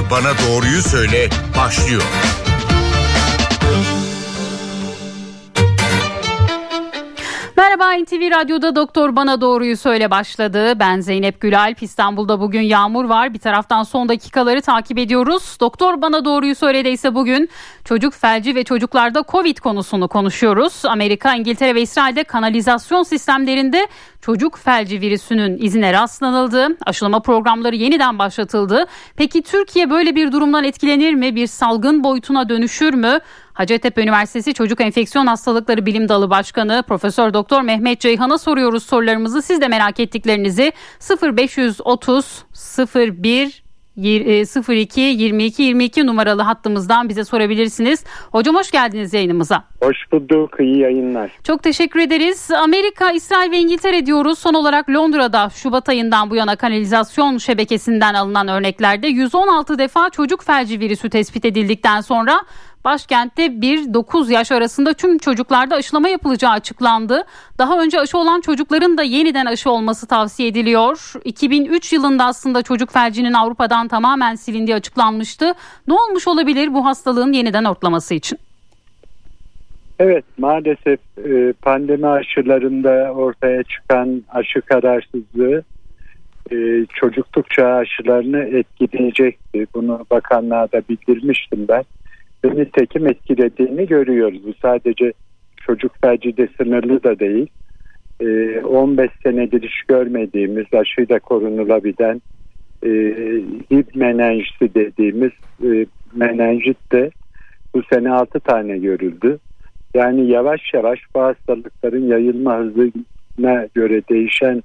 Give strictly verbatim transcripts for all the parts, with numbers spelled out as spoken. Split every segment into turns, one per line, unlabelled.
Bana Doğruyu Söyle başlıyor.
Merhaba, N T V Radyo'da Doktor Bana Doğruyu Söyle başladı. Ben Zeynep Gülalp. İstanbul'da bugün yağmur var. Bir taraftan son dakikaları takip ediyoruz. Doktor Bana Doğruyu Söyle'de ise bugün çocuk felci ve çocuklarda Covid konusunu konuşuyoruz. Amerika, İngiltere ve İsrail'de kanalizasyon sistemlerinde çocuk felci virüsünün izine rastlanıldı. Aşılama programları yeniden başlatıldı. Peki Türkiye böyle bir durumdan etkilenir mi? Bir salgın boyutuna dönüşür mü? Hacettepe Üniversitesi Çocuk Enfeksiyon Hastalıkları Bilim Dalı Başkanı Profesör Doktor Mehmet Ceyhan'a soruyoruz sorularımızı. Siz de merak ettiklerinizi sıfır beş otuz sıfır bir sıfır iki yirmi iki yirmi iki numaralı hattımızdan bize sorabilirsiniz. Hocam hoş geldiniz yayınımıza.
Hoş bulduk, iyi yayınlar.
Çok teşekkür ederiz. Amerika, İsrail ve İngiltere diyoruz. Son olarak Londra'da Şubat ayından bu yana kanalizasyon şebekesinden alınan örneklerde yüz on altı defa çocuk felci virüsü tespit edildikten sonra başkentte bir dokuz yaş arasında tüm çocuklarda aşılama yapılacağı açıklandı. Daha önce aşı olan çocukların da yeniden aşı olması tavsiye ediliyor. iki bin üç yılında aslında çocuk felcinin Avrupa'dan tamamen silindiği açıklanmıştı. Ne olmuş olabilir bu hastalığın yeniden ortlaması için?
Evet, maalesef pandemi aşılarında ortaya çıkan aşı kararsızlığı çocukluk çağı aşılarını etkileyecekti. Bunu bakanlığa da bildirmiştim ben. Ve nitekim etkilediğini görüyoruz. Bu sadece çocuk felcide sınırlı da değil. on beş senedir hiç görmediğimiz, aşıyla korunulabilen H I V menenjiti dediğimiz menenjit de bu sene altı tane görüldü. Yani yavaş yavaş bu hastalıkların yayılma hızına göre değişen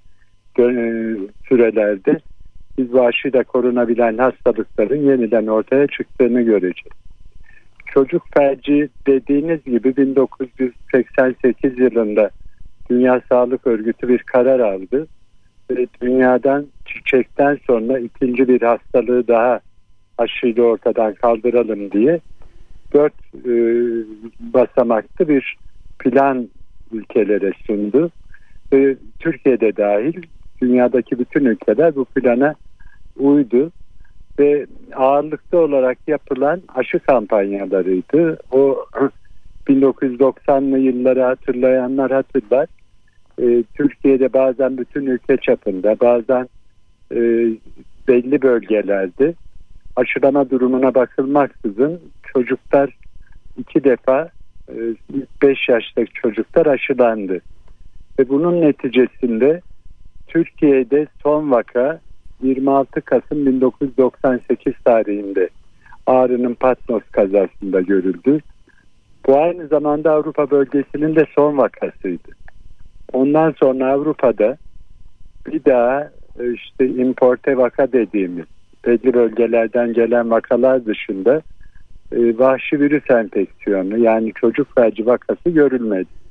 sürelerde biz bu aşıyla korunabilen hastalıkların yeniden ortaya çıktığını göreceğiz. Çocuk felci dediğiniz gibi bin dokuz yüz seksen sekiz yılında Dünya Sağlık Örgütü bir karar aldı. Ve dünyadan çiçekten sonra ikinci bir hastalığı daha aşıyla ortadan kaldıralım diye dört e, basamaklı bir plan ülkelere sundu. E, Türkiye'de dahil dünyadaki bütün ülkeler bu plana uydu. Ve ağırlıklı olarak yapılan aşı kampanyalarıydı. O bin dokuz yüz doksanlı yılları hatırlayanlar hatırlar. Ee, Türkiye'de bazen bütün ülke çapında, bazen e, belli bölgelerde aşılama durumuna bakılmaksızın çocuklar iki defa e, beş yaştaki çocuklar aşılandı. Ve bunun neticesinde Türkiye'de son vaka yirmi altı Kasım bin dokuz yüz doksan sekiz tarihinde Ağrı'nın Patmos kazasında görüldü. Bu aynı zamanda Avrupa bölgesinin de son vakasıydı. Ondan sonra Avrupa'da bir daha işte importe vaka dediğimiz belli bölgelerden gelen vakalar dışında e, vahşi virüs enfeksiyonu yani çocuk felci vakası görülmedi.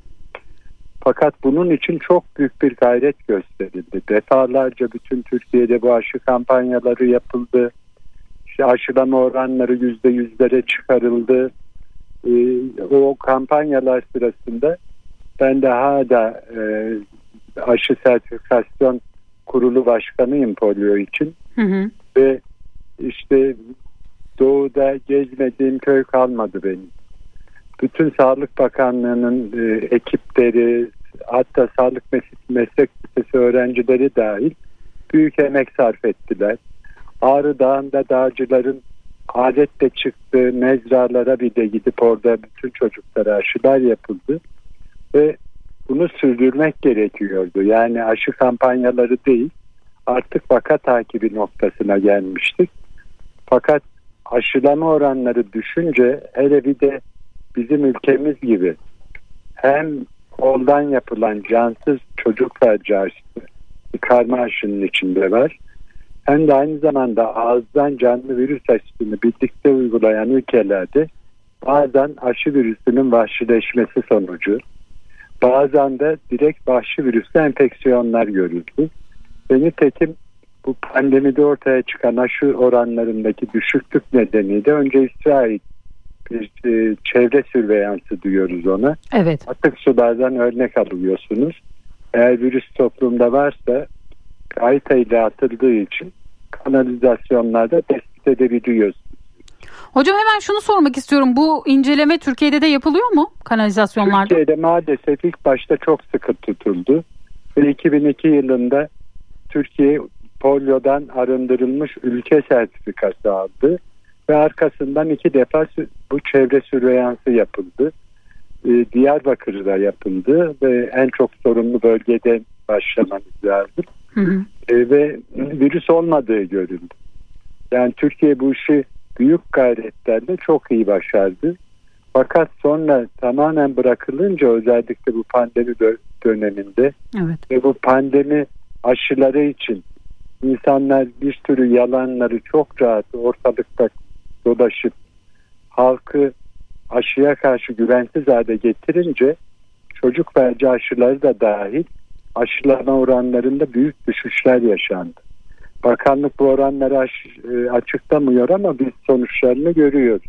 Fakat bunun için çok büyük bir gayret gösterildi. Defalarca bütün Türkiye'de bu aşı kampanyaları yapıldı. İşte aşılama oranları yüzde yüzlere çıkarıldı. Ee, o kampanyalar sırasında ben de hala e, aşı sertifikasyon kurulu başkanıyım polio için. Hı hı. Ve işte doğuda gezmediğim köy kalmadı benim. Bütün Sağlık Bakanlığı'nın e, ekipleri, hatta Sağlık Meslek Lisesi öğrencileri dahil büyük emek sarf ettiler. Ağrı Dağı'nda dağcıların adetle çıktığı mezralara bir de gidip orada bütün çocuklara aşılar yapıldı. Ve bunu sürdürmek gerekiyordu. Yani aşı kampanyaları değil, artık vaka takibi noktasına gelmiştik. Fakat aşılama oranları düşünce hele bir de bizim ülkemiz gibi hem koldan yapılan cansız çocuk felci aşısı karma aşının içinde var. Hem de aynı zamanda ağızdan canlı virüs aşısını birlikte uygulayan ülkelerde bazen aşı virüsünün vahşileşmesi sonucu, bazen de direkt vahşi virüsle enfeksiyonlar görüldü. Ve nitekim bu pandemide ortaya çıkan aşı oranlarındaki düşüklük nedeniyle önce İsrail bir e, çevre sürveyansı diyoruz ona.
Evet.
Atık sulardan örnek alıyorsunuz. Eğer virüs toplumda varsa gayta ile atıldığı için kanalizasyonlarda tespit hissedebiliyorsunuz.
Hocam hemen şunu sormak istiyorum. Bu inceleme Türkiye'de de yapılıyor mu kanalizasyonlarda?
Türkiye'de maalesef ilk başta çok sıkı tutuldu. Ve iki bin iki yılında Türkiye polyodan arındırılmış ülke sertifikası aldı. Ve arkasından iki defa bu çevre sürveyansı yapıldı. Ee, Diyarbakır'da yapıldı ve en çok sorunlu bölgeden başlamanız lazım. Hı hı. Ee, ve virüs olmadığı görüldü. Yani Türkiye bu işi büyük gayretlerle çok iyi başardı. Fakat sonra tamamen bırakılınca özellikle bu pandemi döneminde evet. ve bu pandemi aşıları için insanlar bir sürü yalanları çok rahat ortalıkta dolaşıp halkı aşıya karşı güvensiz hale getirince çocuk felci aşıları da dahil aşılama oranlarında büyük düşüşler yaşandı. Bakanlık bu oranları aş, e, açıklamıyor ama biz sonuçlarını görüyoruz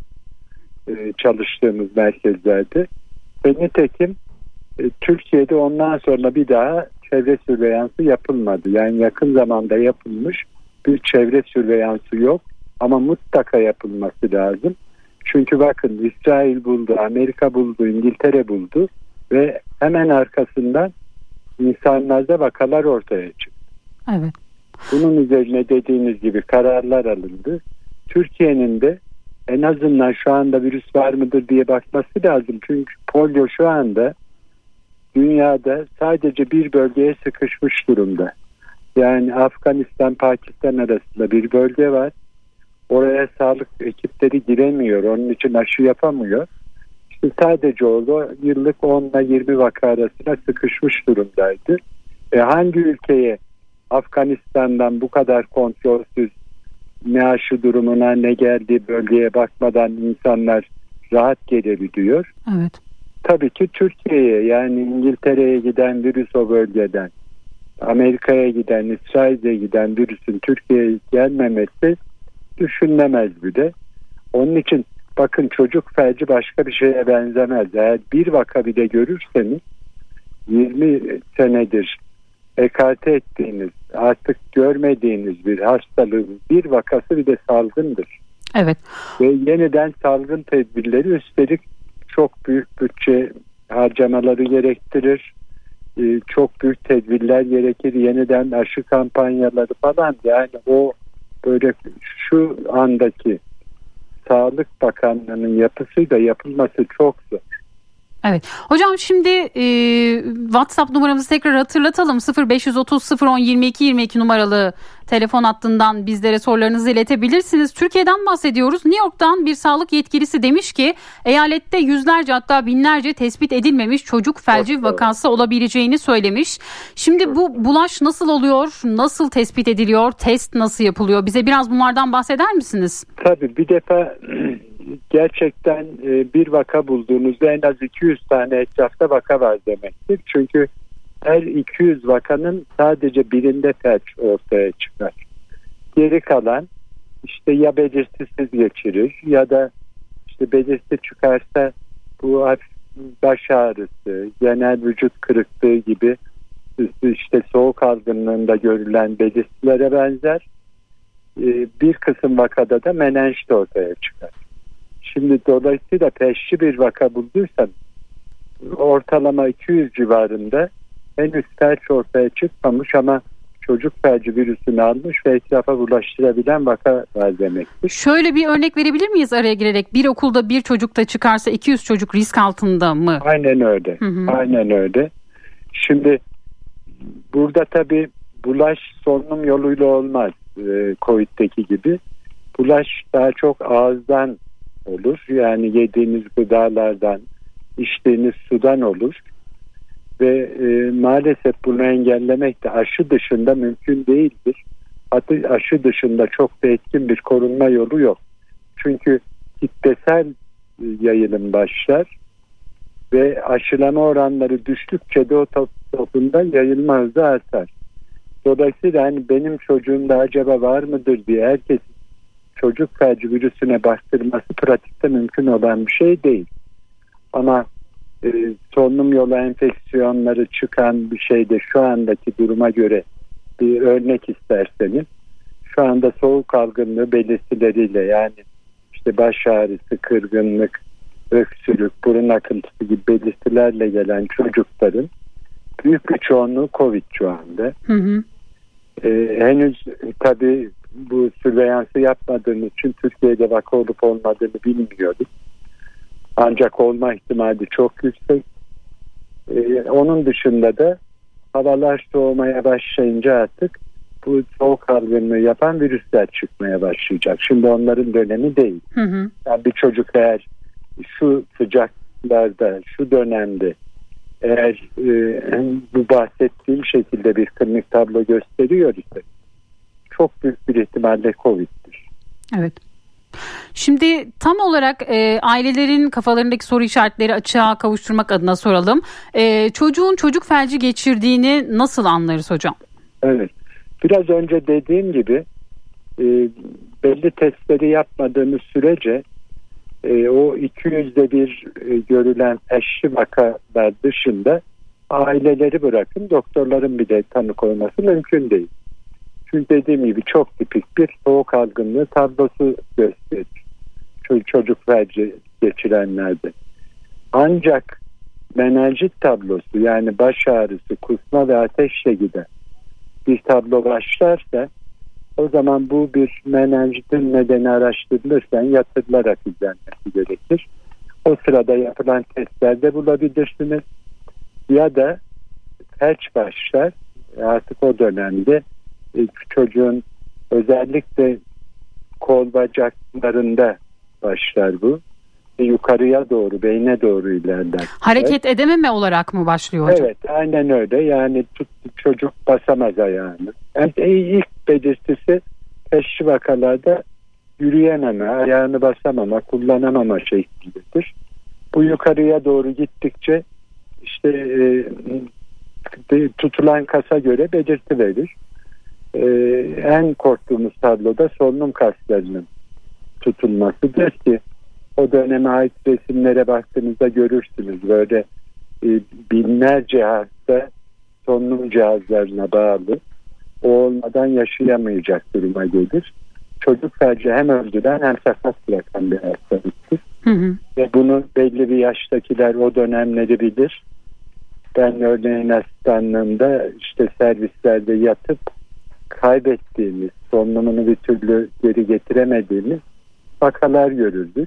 e, çalıştığımız merkezlerde. Ve nitekim e, Türkiye'de ondan sonra bir daha çevre sürveyansı yapılmadı. Yani yakın zamanda yapılmış bir çevre sürveyansı yok ama mutlaka yapılması lazım. Çünkü bakın İsrail buldu, Amerika buldu, İngiltere buldu ve hemen arkasından insanlarda vakalar ortaya çıktı.
Evet.
Bunun üzerine dediğiniz gibi kararlar alındı. Türkiye'nin de en azından şu anda virüs var mıdır diye bakması lazım. Çünkü polio şu anda dünyada sadece bir bölgeye sıkışmış durumda. Yani Afganistan, Pakistan arasında bir bölge var. Oraya sağlık ekipleri giremiyor. Onun için aşı yapamıyor. İşte sadece orada yıllık on ile yirmi vaka arasına sıkışmış durumdaydı. E hangi ülkeye Afganistan'dan bu kadar kontrolsüz ne aşı durumuna ne geldiği bölgeye bakmadan insanlar rahat gelebiliyor?
Evet.
Tabii ki Türkiye'ye, yani İngiltere'ye giden virüs o bölgeden, Amerika'ya giden, İsrail'e giden virüsün Türkiye'ye gelmemesi düşünülemez bile. Onun için bakın çocuk felci başka bir şeye benzemez. Eğer bir vaka bile görürseniz yirmi senedir ekarte ettiğiniz, artık görmediğiniz bir hastalığın bir vakası bir de salgındır.
Evet.
Ve yeniden salgın tedbirleri üstelik çok büyük bütçe harcamaları gerektirir. Ee, çok büyük tedbirler gerekir. Yeniden aşı kampanyaları falan. Yani o böyle şu andaki Sağlık Bakanlığı'nın yapısıyla yapılması çok zor.
Evet. Hocam şimdi e, WhatsApp numaramızı tekrar hatırlatalım. sıfır beş otuz sıfır on yirmi iki yirmi iki numaralı telefon hattından bizlere sorularınızı iletebilirsiniz. Türkiye'den bahsediyoruz. New York'tan bir sağlık yetkilisi demiş ki eyalette yüzlerce hatta binlerce tespit edilmemiş çocuk felci evet, vakası evet. olabileceğini söylemiş. Şimdi evet. bu bulaş nasıl oluyor? Nasıl tespit ediliyor? Test nasıl yapılıyor? Bize biraz bunlardan bahseder misiniz?
Tabii bir defa gerçekten bir vaka bulduğunuzda en az iki yüz tane etrafta vaka var demektir. Çünkü her iki yüz vakanın sadece birinde felç ortaya çıkar. Geri kalan işte ya belirtisiz geçirir ya da işte belirti çıkarsa bu baş ağrısı, genel vücut kırıklığı gibi işte soğuk algınlığında görülen belirtilere benzer. Bir kısım vakada da menenjit ortaya çıkar. Şimdi dolayısıyla peşli bir vaka bulduysan ortalama iki yüz civarında henüz felç ortaya çıkmamış ama çocuk felci virüsünü almış ve etrafa bulaştırabilen vaka var demektir.
Şöyle bir örnek verebilir miyiz araya girerek? Bir okulda bir çocukta çıkarsa iki yüz çocuk risk altında mı?
Aynen öyle. Hı hı. Aynen öyle. Şimdi burada tabii bulaş solunum yoluyla olmaz. E, Covid'deki gibi. Bulaş daha çok ağızdan olur. Yani yediğiniz gıdalardan, içtiğiniz sudan olur. Ve e, maalesef bunu engellemek de aşı dışında mümkün değildir. Hatta aşı dışında çok da etkin bir korunma yolu yok. Çünkü kitlesel yayılım başlar ve aşılama oranları düştükçe de o toplumda yayılma hızı artar. Dolayısıyla hani benim çocuğumda acaba var mıdır diye herkes çocuk felci virüsüne bastırması pratikte mümkün olan bir şey değil. Ama e, solunum yolu enfeksiyonları çıkan bir şeyde şu andaki duruma göre bir örnek isterseniz şu anda soğuk algınlığı belirtileriyle, yani işte baş ağrısı, kırgınlık, öksürük, burun akıntısı gibi belirtilerle gelen çocukların büyük bir çoğunluğu Covid şu anda. Hı hı. Ee, henüz tabii bu sürveyansı yapmadığımız için Türkiye'de vaka olup olmadığını bilmiyoruz. Ancak olma ihtimali çok yüksek. Ee, onun dışında da havalar soğumaya başlayınca artık bu soğuk algınlığı yapan virüsler çıkmaya başlayacak. Şimdi onların dönemi değil. Hı hı. Yani bir çocuk eğer şu sıcaklarda, şu dönemde eğer e, bu bahsettiğim şekilde bir klinik tablo gösteriyor ise çok büyük bir ihtimalle Covid'dir.
Evet. Şimdi tam olarak e, ailelerin kafalarındaki soru işaretleri açığa kavuşturmak adına soralım. E, çocuğun çocuk felci geçirdiğini nasıl anlarız hocam?
Evet. Biraz önce dediğim gibi e, belli testleri yapmadığımız sürece e, o iki yüzde bir e, görülen eşli vakalar dışında aileleri bırakın doktorların bile tanı koyması mümkün değil. Çünkü dediğim gibi çok tipik bir soğuk algınlığı tablosu gösterir çocuk felci geçirenlerde. Ancak menenjit tablosu, yani baş ağrısı, kusma ve ateşle giden bir tablo başlarsa o zaman bu bir menenjitin nedeni araştırılırken yatırılarak izlenmesi gerekir. O sırada yapılan testlerde bulabilirsiniz. Ya da felç başlar, artık o dönemde çocuğun özellikle kol bacaklarında başlar bu. Yukarıya doğru, beyne doğru ilerler.
Hareket edememe olarak mı başlıyor hocam?
Evet, aynen öyle. Yani tut, çocuk basamaz ayağını. Yani ilk belirtisi eşli vakalarda yürüyememe, ayağını basamama, kullanamama şeklindedir. Bu yukarıya doğru gittikçe işte e, tutulan kasa göre belirti verir. E, en korktuğumuz tabloda solunum kaslarının tutulmasıdır ki o döneme ait resimlere baktığınızda görürsünüz. Böyle e, binlerce hasta solunum cihazlarına bağlı. O olmadan yaşayamayacak duruma gelir. Çocuk felci hem öldüren hem sakat bırakan bir hastalıktır. Hı hı. Ve bunu belli bir yaştakiler o dönemleri bilir. Ben örneğin asistanlığımda işte servislerde yatıp kaybettiğimiz, solunumunu bir türlü geri getiremediğimiz vakalar görürdük.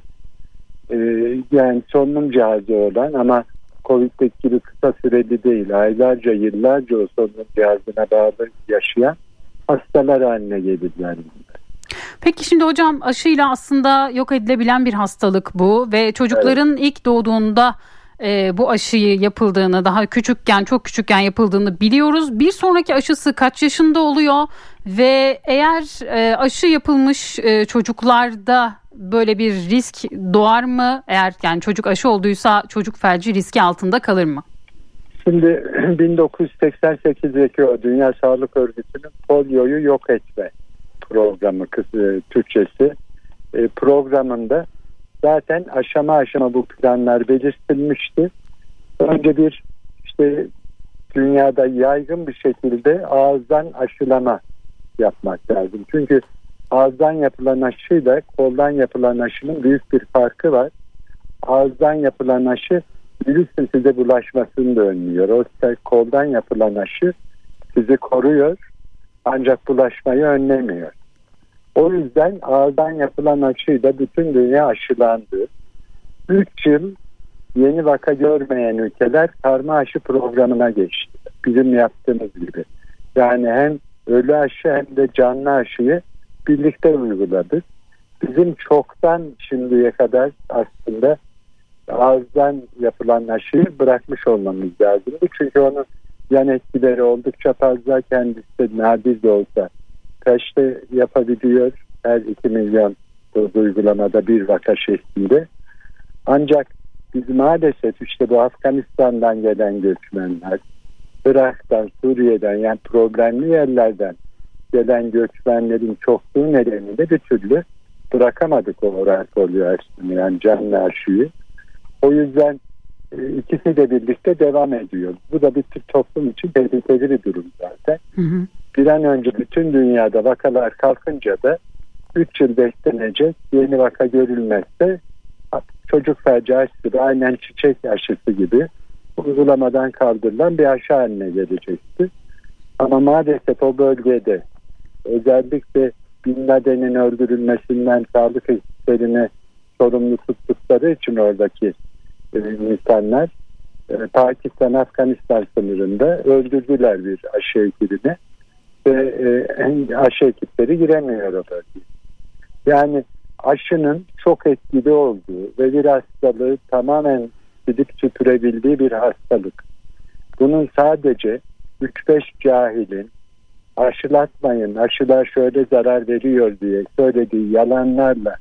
Ee, yani solunum cihazı olan ama Covid'deki gibi kısa süreli değil, aylarca, yıllarca o solunum cihazına bağlı yaşayan hastalar haline gelirler.
Peki şimdi hocam, aşıyla aslında yok edilebilen bir hastalık bu ve çocukların evet. ilk doğduğunda e, bu aşıyı yapıldığını, daha küçükken, çok küçükken yapıldığını biliyoruz. Bir sonraki aşısı kaç yaşında oluyor ve eğer e, aşı yapılmış e, çocuklarda böyle bir risk doğar mı? Eğer yani çocuk aşı olduysa çocuk felci riski altında kalır mı?
Şimdi bin dokuz yüz seksen sekizdeki o Dünya Sağlık Örgütü'nün polioyu yok etme programı, Türkçesi e, programında zaten aşama aşama bu planlar belirtilmişti. Önce bir işte dünyada yaygın bir şekilde ağızdan aşılama yapmak lazım. Çünkü ağızdan yapılan aşıyla koldan yapılan aşının büyük bir farkı var. Ağızdan yapılan aşı virüsün size bulaşmasını da önlüyor. Oysa koldan yapılan aşı sizi koruyor ancak bulaşmayı önlemiyor. O yüzden ağızdan yapılan aşıyla bütün dünya aşılandı. üç yıl yeni vaka görmeyen ülkeler karma aşı programına geçti. Bizim yaptığımız gibi. Yani hem ölü aşı hem de canlı aşıyı birlikte uyguladık. Bizim çoktan şimdiye kadar aslında ağızdan yapılan aşıyı bırakmış olmamız lazımdı. Çünkü onun yan etkileri oldukça fazla, kendisi de nadir de olsa kaçta yapabiliyor. Her iki milyon doz uygulamada bir vaka şeklinde. Ancak biz maalesef işte bu Afganistan'dan gelen göçmenler, Irak'tan, Suriye'den, yani problemli yerlerden gelen göçmenlerin çokluğu nedeniyle bir türlü bırakamadık o oral polio aşısını, yani canlı aşıyı. O yüzden ikisi de birlikte devam ediyor. Bu da bir toplum için tehlikeli bir durum zaten. Hı hı. bir an önce bütün dünyada vakalar kalkınca da üç yıl beklenecek, yeni vaka görülmezse çocuk felci aşısı da aynen çiçek aşısı gibi uygulamadan kaldırılan bir aşı haline gelecekti. Ama maalesef o bölgede özellikle Bin Laden'in öldürülmesinden sağlık ekiplerini sorumlu tuttukları için oradaki e, insanlar e, Pakistan-Afganistan sınırında öldürdüler bir aşı ekibini ve e, aşı ekipleri giremiyor o bölgeye. Yani aşının çok etkili olduğu ve bir hastalığı tamamen gidip süpürebildiği bir hastalık. Bunun sadece üç beş cahilin aşılatmayın, aşılar şöyle zarar veriyor diye söylediği yalanlarla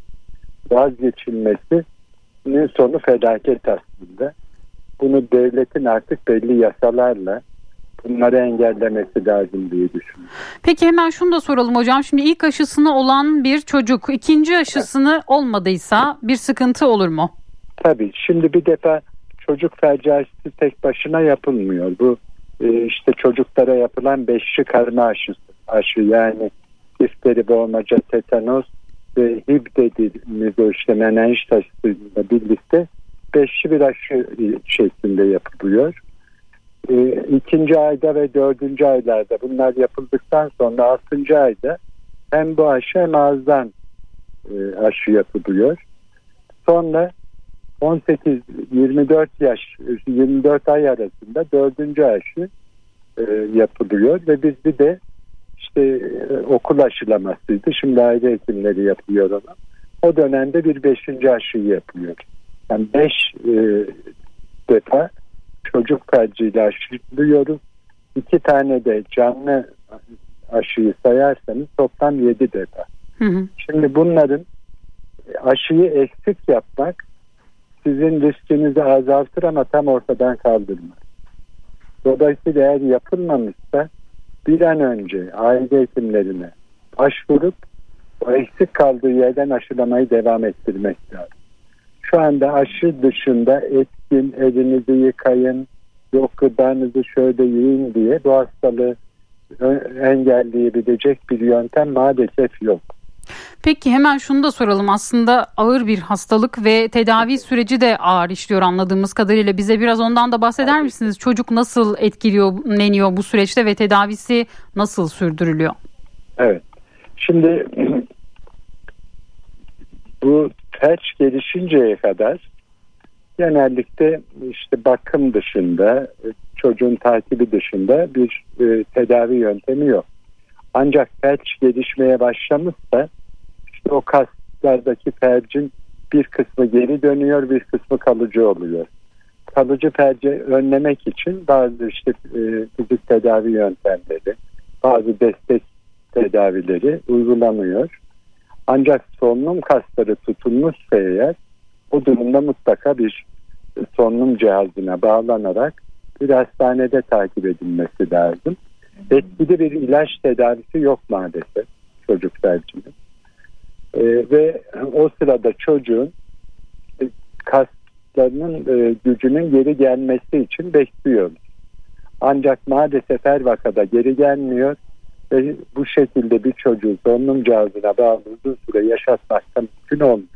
vazgeçilmesinin sonu felaket aslında. Bunu devletin artık belli yasalarla bunları engellemesi lazım diye düşünüyorum.
Peki hemen şunu da soralım hocam. Şimdi ilk aşısını olan bir çocuk ikinci aşısını olmadıysa bir sıkıntı olur mu?
Tabii. Şimdi bir defa çocuk felci aşısı tek başına yapılmıyor. Bu e, işte çocuklara yapılan beşli karma aşısı. Aşı yani difteri, boğmaca, tetanos ve H I V dediğimiz o işte menenjit aşısıyla birlikte beşli bir aşı şeklinde yapılıyor. E, ikinci ayda ve dördüncü aylarda bunlar yapıldıktan sonra altıncı ayda hem bu aşı hem ağızdan e, aşı yapılıyor. Sonra on sekiz yirmi dört yaş yirmi dört ay arasında dördüncü aşı e, yapılıyor ve biz bir de işte e, okul aşılamasıydı. Şimdi aile hekimleri yapıyor onu. O dönemde bir beşinci aşıyı yapıyor. Yani beş e, defa çocuk felciyle aşılıyoruz. İki tane de canlı aşıyı sayarsanız toplam yedi defa. Hı hı. Şimdi bunların aşıyı eksik yapmak sizin riskinizi azaltır ama tam ortadan kaldırmaz. Dolayısıyla eğer yapılmamışsa bir an önce aile hekimlerine başvurup o eksik kaldığı yerden aşılamayı devam ettirmek lazım. Şu anda aşı dışında etkin, elinizi yıkayın, yok gıdanızı şöyle yiyin diye bu hastalığı engelleyebilecek bir yöntem maalesef yok.
Peki hemen şunu da soralım. Aslında ağır bir hastalık ve tedavi süreci de ağır işliyor anladığımız kadarıyla. Bize biraz ondan da bahseder misiniz? Çocuk nasıl etkileniyor bu süreçte ve tedavisi nasıl sürdürülüyor?
Evet. Şimdi bu felç gelişinceye kadar genellikle işte bakım dışında, çocuğun takibi dışında bir e, tedavi yöntemi yok. Ancak felç gelişmeye başlamışsa işte o kaslardaki felcin bir kısmı geri dönüyor, bir kısmı kalıcı oluyor. Kalıcı felci önlemek için bazı işte e, fizik tedavi yöntemleri, bazı destek tedavileri uygulanıyor. Ancak solunum kasları tutulmuşsa eğer o durumda mutlaka bir solunum cihazına bağlanarak bir hastanede takip edilmesi lazım. Etkili bir ilaç tedavisi yok maalesef çocuk felcinin. Ee, ve o sırada çocuğun e, kaslarının e, gücünün geri gelmesi için bekliyoruz. Ancak maalesef her vakada geri gelmiyor ve bu şekilde bir çocuğu solunum cihazına bağlı uzun süre yaşatmakta mümkün olmuyor.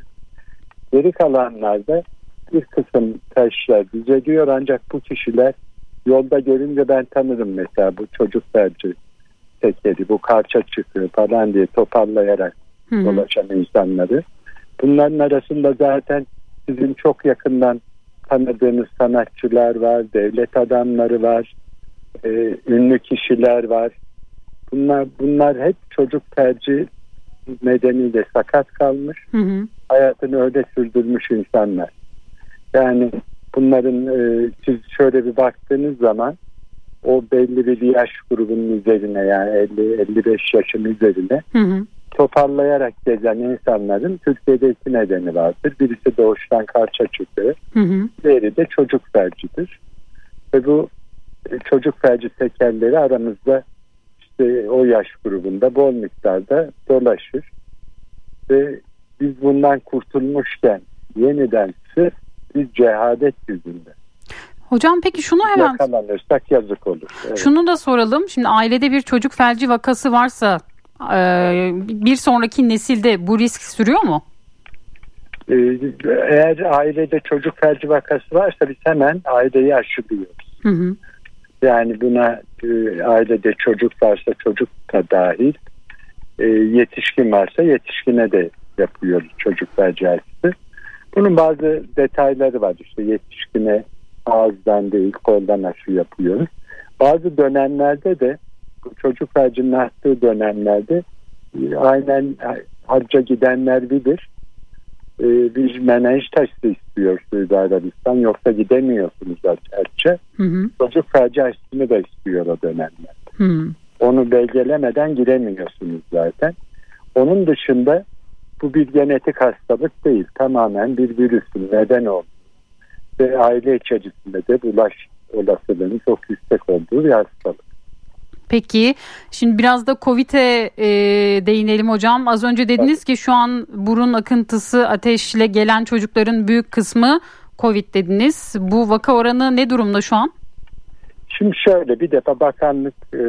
Geri kalanlarda bir kısım felçler düzeliyor ancak bu kişiler yolda görünce ben tanırım mesela bu çocuk felci tekeri, bu karça çıkıyor falan diye toparlayarak Hı-hı. dolaşan insanları. Bunların arasında zaten sizin çok yakından tanıdığınız sanatçılar var, devlet adamları var, e, ünlü kişiler var. Bunlar bunlar hep çocuk felci nedeniyle sakat kalmış, Hı-hı. hayatını öyle sürdürmüş insanlar. Yani bunların e, siz şöyle bir baktığınız zaman o belli bir yaş grubunun üzerine yani elli elli beş yaşın üzerine hı hı. toparlayarak gezen insanların Türkiye'de iki nedeni vardır. Birisi doğuştan karça çıkıyor. Diğeri de çocuk felcidir. Ve bu e, çocuk felci tekerleri aramızda işte o yaş grubunda bol miktarda dolaşır. Ve biz bundan kurtulmuşken yeniden sırf bir cehalet yüzünden
Hocam peki şunu hemen
yakalanırsak yazık olur. Evet.
Şunu da soralım. Şimdi ailede bir çocuk felci vakası varsa bir sonraki nesilde bu risk sürüyor mu?
Eğer ailede çocuk felci vakası varsa biz hemen aileyi aşılıyoruz. Hı hı. Yani buna e, ailede çocuk varsa çocuk da dahil, e, yetişkin varsa yetişkine de yapıyoruz çocuk felci aşısı. Bunun bazı detayları var. İşte yetişkine ağızdan değil koldan aşı yapıyoruz. Bazı dönemlerde de bu çocuk felcinin arttığı dönemlerde e, aynen hacca gidenler bilir. E, bir menenj taşı istiyor Suudi Arabistan. Yoksa gidemiyorsunuz hacca. Hı hı. Çocuk felci aşısını da istiyor o dönemler. Hı. Onu belgelemeden giremiyorsunuz zaten. Onun dışında bu bir genetik hastalık değil. Tamamen bir virüsün neden olduğu ve aile içerisinde de bulaş olasılığının çok yüksek olduğu bir hastalık.
Peki şimdi biraz da Covid'e e, değinelim hocam. Az önce dediniz ki şu an burun akıntısı, ateşle gelen çocukların büyük kısmı Covid dediniz. Bu vaka oranı ne durumda şu an?
Şimdi şöyle, bir defa bakanlık e,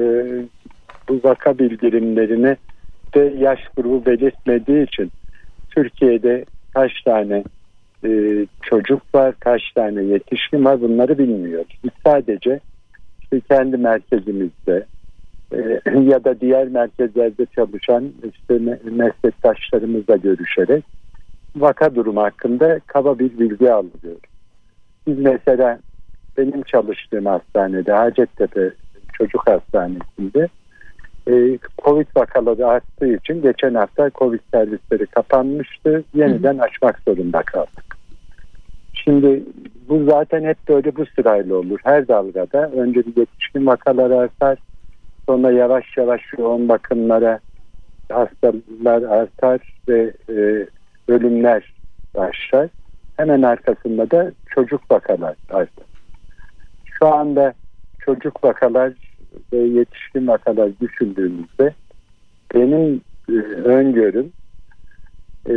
bu vaka bildirimlerini de yaş grubu belirtmediği için Türkiye'de kaç tane e, çocuk var, kaç tane yetişkin var bunları bilmiyoruz. Biz sadece işte kendi merkezimizde e, ya da diğer merkezlerde çalışan işte meslektaşlarımızla görüşerek vaka durumu hakkında kaba bir bilgi alıyoruz. Biz mesela benim çalıştığım hastanede, Hacettepe Çocuk Hastanesi'nde e, Covid vakaları arttığı için geçen hafta Covid servisleri kapanmıştı. Yeniden hı hı. açmak zorunda kaldık. Şimdi bu zaten hep böyle bu sırayla olur. Her dalgada önce bir yetişkin vakalar artar. Sonra yavaş yavaş yoğun bakımlara hastalar artar ve e, ölümler başlar. Hemen arkasında da çocuk vakalar artar. Şu anda çocuk vakalar ve yetişkin vakalar düşündüğümüzde benim e, öngörüm e,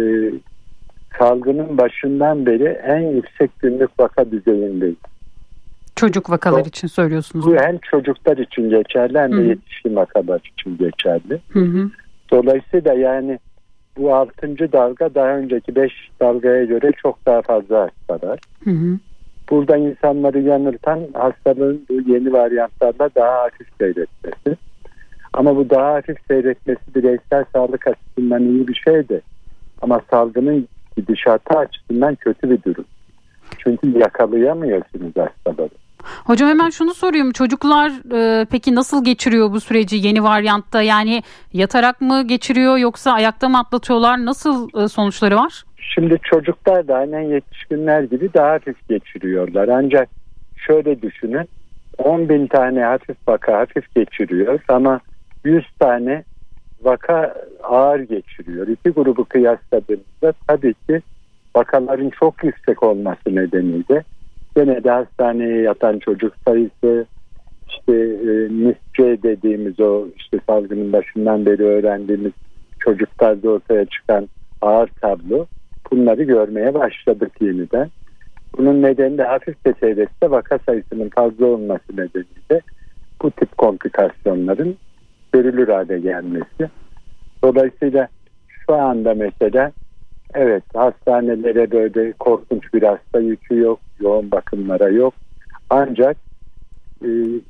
salgının başından beri en yüksek günlük vaka düzeyindeyiz.
Çocuk vakalar o, için söylüyorsunuz.
Bu hem çocuklar için geçerli hem de Hı-hı. yetişkin vakalar için geçerli. Hı-hı. Dolayısıyla yani bu altıncı dalga daha önceki beş dalgaya göre çok daha fazla hastalar. Hı-hı. Burada insanları yanıltan hastalığın bu yeni varyantlarla daha hafif seyretmesi. Ama bu daha hafif seyretmesi bireysel sağlık açısından iyi bir şeydi. Ama salgının gidişatı açısından kötü bir durum. Çünkü yakalayamıyorsunuz hastaları.
Hocam hemen şunu sorayım. Çocuklar e, peki nasıl geçiriyor bu süreci yeni varyantta? Yani yatarak mı geçiriyor yoksa ayakta mı atlatıyorlar? Nasıl e, sonuçları var?
Şimdi çocuklar da aynen yetişkinler gibi daha hafif geçiriyorlar. Ancak şöyle düşünün. on bin tane hafif vaka hafif geçiriyor ama yüz tane vaka ağır geçiriyor. İki grubu kıyasladığımızda tabii ki vakaların çok yüksek olması nedeniyle gene de hastaneye yatan çocuk sayısı, işte e, N I S C dediğimiz o işte salgının başından beri öğrendiğimiz çocuklarda ortaya çıkan ağır tablo, bunları görmeye başladık yeniden. Bunun nedeni de hafif de seyretse vaka sayısının fazla olması nedeniyle bu tip komplikasyonların görülür hale gelmesi. Dolayısıyla şu anda mesela evet hastanelere böyle korkunç bir hasta yükü yok, yoğun bakımlara yok. Ancak e,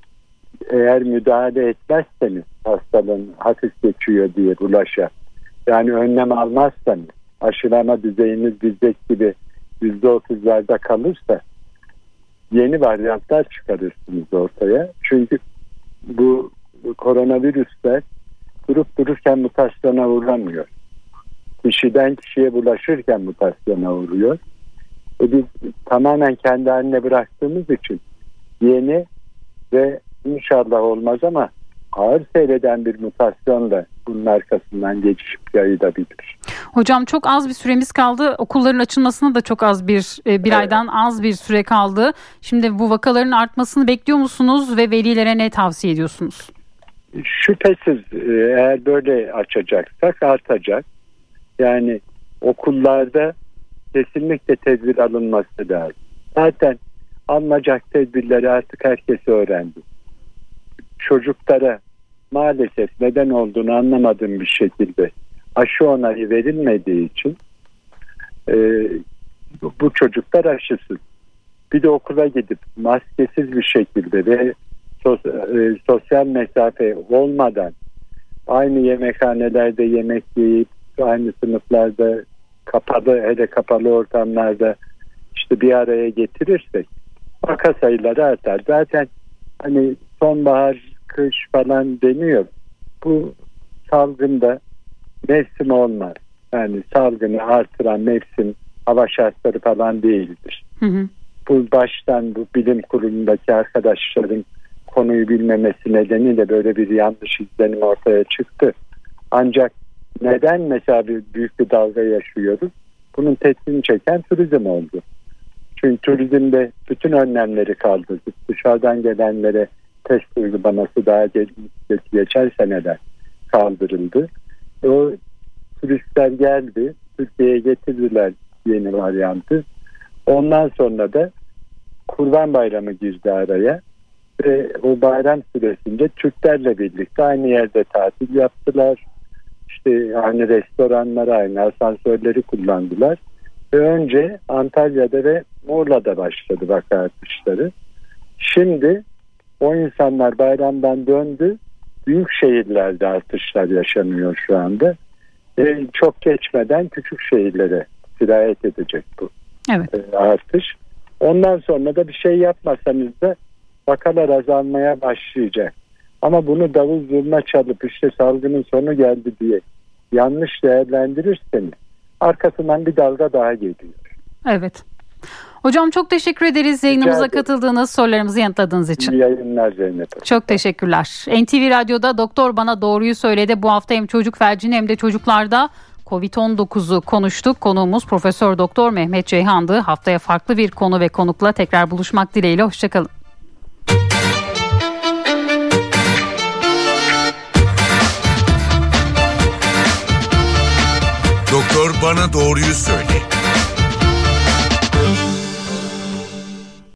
eğer müdahale etmezseniz hastalığın hafif geçiyor diye bulaşa, yani önlem almazsanız, aşılama düzeyiniz bizdeki gibi yüzde otuzlarda kalırsa yeni varyantlar çıkarırsınız ortaya. Çünkü bu, bu koronavirüsler durup dururken mutasyona uğramıyor. Kişiden kişiye bulaşırken mutasyona uğruyor. E biz tamamen kendi haline bıraktığımız için yeni ve inşallah olmaz ama ağır seyreden bir mutasyon da bunun arkasından geçişip yayılabilir.
Hocam çok az bir süremiz kaldı. Okulların açılmasına da çok az bir bir evet. aydan az bir süre kaldı. Şimdi bu vakaların artmasını bekliyor musunuz ve velilere ne tavsiye ediyorsunuz?
Şüphesiz eğer böyle açacaksak artacak. Yani okullarda kesinlikle tedbir alınması lazım. Zaten alınacak tedbirleri artık herkes öğrendi. Çocuklara maalesef neden olduğunu anlamadığım bir şekilde aşı onayı verilmediği için e, bu çocuklar aşısız. Bir de okula gidip maskesiz bir şekilde ve sos, e, sosyal mesafe olmadan aynı yemekhanelerde yemek yiyip aynı sınıflarda kapalı, hele kapalı ortamlarda işte bir araya getirirsek vaka sayıları artar. Zaten hani sonbahar, kış falan deniyor. Bu salgında mevsim olmaz. Yani salgını artıran mevsim hava şartları falan değildir. Hı hı. Bu baştan bu bilim kurulundaki arkadaşların konuyu bilmemesi nedeniyle böyle bir yanlış izlenim ortaya çıktı. Ancak neden mesela bir büyük bir dalga yaşıyoruz? Bunun testini çeken turizm oldu. Çünkü turizmde bütün önlemleri kaldırdık. Dışarıdan gelenlere test uygulaması daha geç, geçen seneler kaldırıldı. O turistler geldi. Türkiye'ye getirdiler yeni varyantı. Ondan sonra da Kurban Bayramı girdi araya. Ve o bayram süresinde Türklerle birlikte aynı yerde tatil yaptılar. İşte aynı restoranları, aynı asansörleri kullandılar. Ve önce Antalya'da ve Muğla'da başladı vaka artışları. Şimdi o insanlar bayramdan döndü. Büyük şehirlerde artışlar yaşanıyor şu anda. E, çok geçmeden küçük şehirlere sirayet edecek bu
evet.
e, artış. Ondan sonra da bir şey yapmasanız da vakalar azalmaya başlayacak. Ama bunu davul zurna çalıp işte salgının sonu geldi diye yanlış değerlendirirseniz arkasından bir dalga daha geliyor.
Evet. Hocam çok teşekkür ederiz yayınımıza katıldığınız, sorularımızı yanıtladığınız için.
İyi yayınlar Zeynep.
Çok teşekkürler. N T V Radyo'da Doktor Bana Doğruyu Söyledi. Bu hafta hem çocuk felcini hem de çocuklarda kovid on dokuzu konuştuk. Konuğumuz Profesör Doktor Mehmet Ceyhan'dı. Haftaya farklı bir konu ve konukla tekrar buluşmak dileğiyle. Hoşçakalın.
Doktor Bana Doğruyu Söyle.